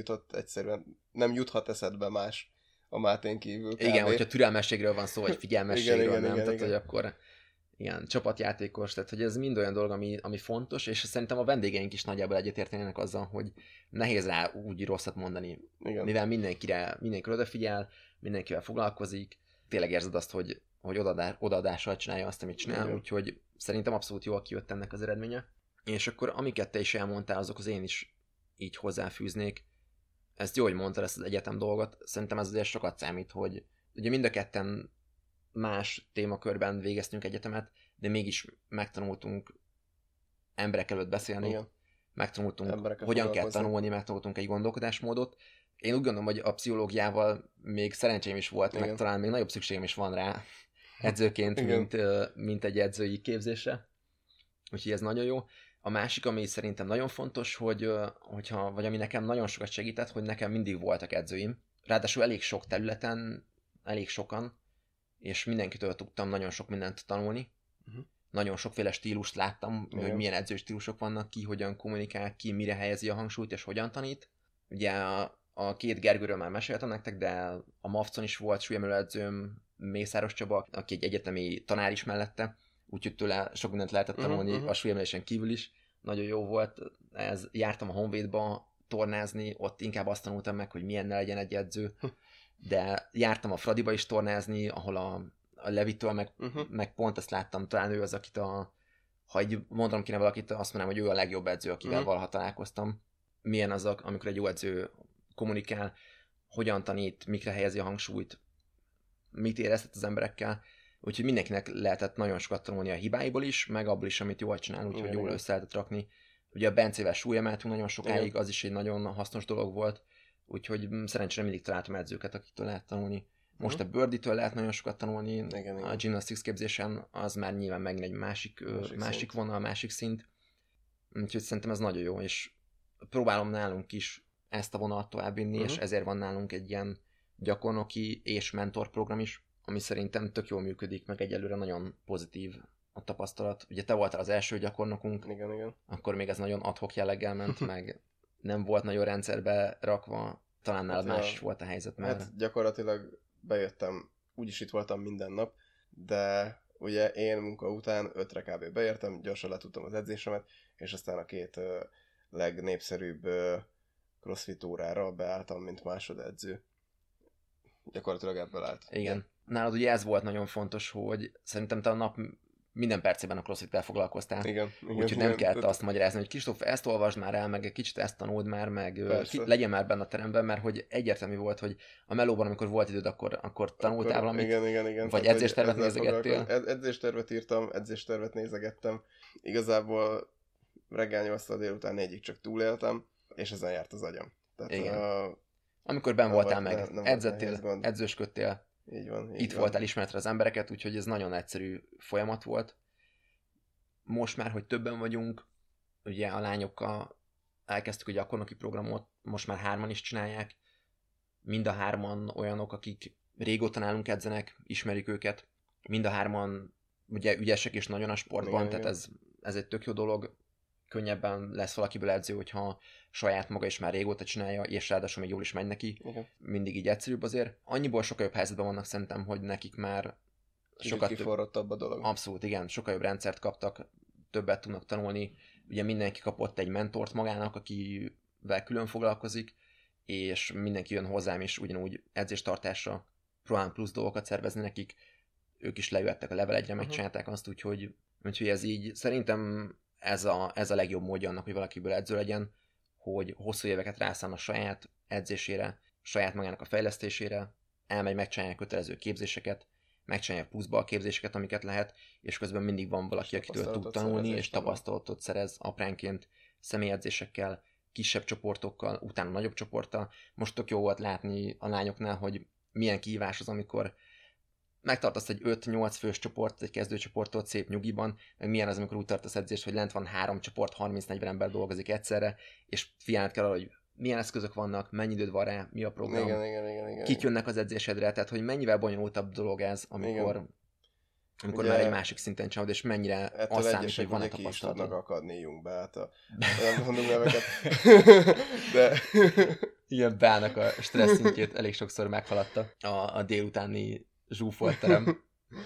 nem juthat eszedbe más a Mátén kívül. Igen, hogyha türelmességről van szó, vagy figyelmességről, nem? Tehát, hogy akkor ilyen csapatjátékos, tehát hogy ez mind olyan dolog, ami fontos, és szerintem a vendégeink is nagyjából egyetértenének azzal, hogy nehéz rá úgy rosszat mondani. Igen. Mivel mindenki odafigyel, mindenkivel foglalkozik, tényleg érzed azt, hogy odaadással csinálja azt, amit csinál, igen. Úgyhogy szerintem abszolút jól kijött ennek az eredménye. És akkor amiket te is elmondtál, azokhoz én is így hozzáfűznék. Ezt jó, hogy mondtad ezt az egyetem dolgot, szerintem ez azért sokat számít, hogy ugye mind a ketten más témakörben végeztünk egyetemet, de mégis megtanultunk emberek előtt beszélni, igen. Megtanultunk, hogyan kell tanulni, megtanultunk egy gondolkodásmódot. Én úgy gondolom, hogy a pszichológiával még szerencsém is volt, igen. Meg talán még nagyobb szükségem is van rá edzőként, mint egy edzői képzésre. Úgyhogy ez nagyon jó. A másik, ami szerintem nagyon fontos, vagy ami nekem nagyon sokat segített, hogy nekem mindig voltak edzőim. Ráadásul elég sok területen, elég sokan, és mindenkitől tudtam nagyon sok mindent tanulni. Nagyon sokféle stílust láttam, hogy milyen edzőstílusok vannak, ki hogyan kommunikál, ki mire helyezi a hangsúlyt, és hogyan tanít. Ugye a két Gergőről már meséltem nektek, de a MAFC-on is volt súlyemelő edzőm, Mészáros Csaba, aki egy egyetemi tanár is mellette, úgyhogy tőle sok mindent lehetett tanulni a súlyemelésen kívül is. Nagyon jó volt, jártam a Honvédba tornázni, ott inkább azt tanultam meg, hogy milyen ne legyen egy edző, de jártam a Fradiba is tornázni, ahol a Levitől meg pont ezt láttam, talán ő az, akit ha így mondanom kéne valakit, azt mondanám, hogy ő a legjobb edző, akivel valaha találkoztam. Milyen az, amikor egy jó edző kommunikál, hogyan tanít, mikre helyezi a hangsúlyt, mit éreztet az emberekkel, úgyhogy mindenkinek lehetett nagyon sokat tanulni a hibáiból is, meg abból is, amit jól csinál, úgyhogy jól össze lehetett rakni. Ugye a Bencével súlyemeltünk nagyon sokáig, az is egy nagyon hasznos dolog volt, úgyhogy szerencsére mindig találtam edzőket, akiktől lehet tanulni. Most a Birdie-től lehet nagyon sokat tanulni, a gymnastics képzésen az már nyilván megint egy másik vonal, másik szint, úgyhogy szerintem ez nagyon jó, és próbálom nálunk is ezt a vonalat továbbvinni, és ezért van nálunk egy ilyen gyakornoki és mentor program is, ami szerintem tök jól működik, meg egyelőre nagyon pozitív a tapasztalat. Ugye te voltál az első gyakornokunk, igen. Akkor még ez nagyon ad-hoc jelleggel ment, meg nem volt nagyon rendszerbe rakva, talán nálad más is volt a helyzet már. Hát gyakorlatilag bejöttem, úgyis itt voltam minden nap, de ugye én munka után 5-re kb. Beértem, gyorsan letudtam az edzésemet, és aztán a két legnépszerűbb crossfit órára beálltam, mint másodedző. Gyakorlatilag ebből állt. Igen. Nálad ugye ez volt nagyon fontos, hogy szerintem te a nap minden percében a crossfit-tel foglalkoztál. Igen. Úgyhogy nem kellett azt magyarázni, hogy Kristóf, ezt olvasd már el, meg egy kicsit ezt tanuld már, meg legyen már benne a teremben, mert hogy egyértelmű volt, hogy a melóban, amikor volt időd, akkor tanultál valamit. Igen. Vagy edzéstervet nézegettél. Edzéstervet írtam, edzéstervet nézegettem. Igazából reggel 8-tól délután 4-ig csak túléltem, és ezen járt az agyam. Tehát, igen. Amikor benn voltál meg, edzettél, edzősködtél, így van, itt voltál, ismerted az embereket, úgyhogy ez nagyon egyszerű folyamat volt. Most már, hogy többen vagyunk, ugye a lányokkal elkezdtük a gyakornoki programot, most már 3 is csinálják, mind a 3 olyanok, akik régóta nálunk edzenek, ismerik őket, mind a 3 ugye ügyesek és nagyon a sportban, igen, tehát ez egy tök jó dolog, könnyebben lesz valakiből edző, hogyha saját maga is már régóta csinálja, és ráadásul még jól is megy neki. Igen. Mindig így egyszerűbb azért. Annyiból sokkal jobb helyzetben vannak szerintem, hogy nekik már sokat kiforrottabb a dolog. Abszolút, igen. Sokkal jobb rendszert kaptak, többet tudnak tanulni. Ugye mindenki kapott egy mentort magának, akivel külön foglalkozik, és mindenki jön hozzám is ugyanúgy edzéstartásra, próbálom plusz dolgokat szervezni nekik. Ők is lejöttek a level 1-re, megcsinálták azt, úgyhogy ez így szerintem ez a legjobb módja annak, hogy valakiből edző legyen, hogy hosszú éveket rászán a saját edzésére, saját magának a fejlesztésére, elmegy, megcsinálja kötelező képzéseket, megcsinálja pluszba a képzéseket, amiket lehet, és közben mindig van valaki, akitől tud tanulni, és tapasztalatot szerez apránként, személyedzésekkel, kisebb csoportokkal, utána nagyobb csoporttal. Most tök jó volt látni a lányoknál, hogy milyen kihívás az, amikor megtartasz egy 5-8 fős csoport, egy kezdőcsoportot szép nyugiban, meg milyen az, amikor úgy tartasz edzést, hogy lent van 3 csoport, 30-40 ember dolgozik egyszerre, és figyelned kell arra, hogy milyen eszközök vannak, mennyi időd van rá, mi a program, igen, kik jönnek az edzésedre, tehát hogy mennyivel bonyolultabb dolog ez, amikor ugye, már egy másik szinten csinálod, és mennyire azt számít, hogy van-e tapasztalatod. Ki is tudnak akadni lyunkbe, hát nem mondom neveket, de... Igen, Bálnak a stressz szintjét elég sokszor meghaladta a délutáni zsúfolt terem.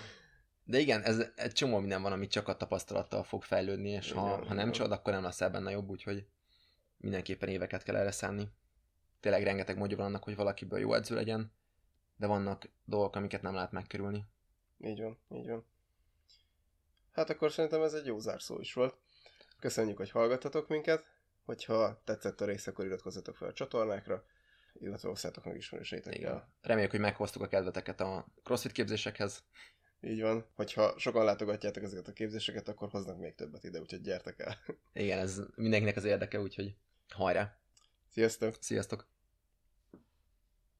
De igen, ez egy csomó minden van, ami csak a tapasztalattal fog fejlődni, és ha nem csinálod, akkor nem leszel benne jobb, úgyhogy mindenképpen éveket kell erre szánni. Tényleg rengeteg módja van annak, hogy valakiből jó edző legyen, de vannak dolgok, amiket nem lehet megkerülni. Így van. Hát akkor szerintem ez egy jó zárszó is volt. Köszönjük, hogy hallgattatok minket. Hogyha tetszett a rész, akkor iratkozzatok fel a csatornákra, illetve osszátok meg ismerőseitekkel. Reméljük, hogy meghoztuk a kedveteket a CrossFit képzésekhez. Így van. Hogyha sokan látogatjátok ezeket a képzéseket, akkor hoznak még többet ide, úgyhogy gyertek el. Igen, ez mindenkinek az érdeke, úgyhogy hajrá! Sziasztok! Sziasztok!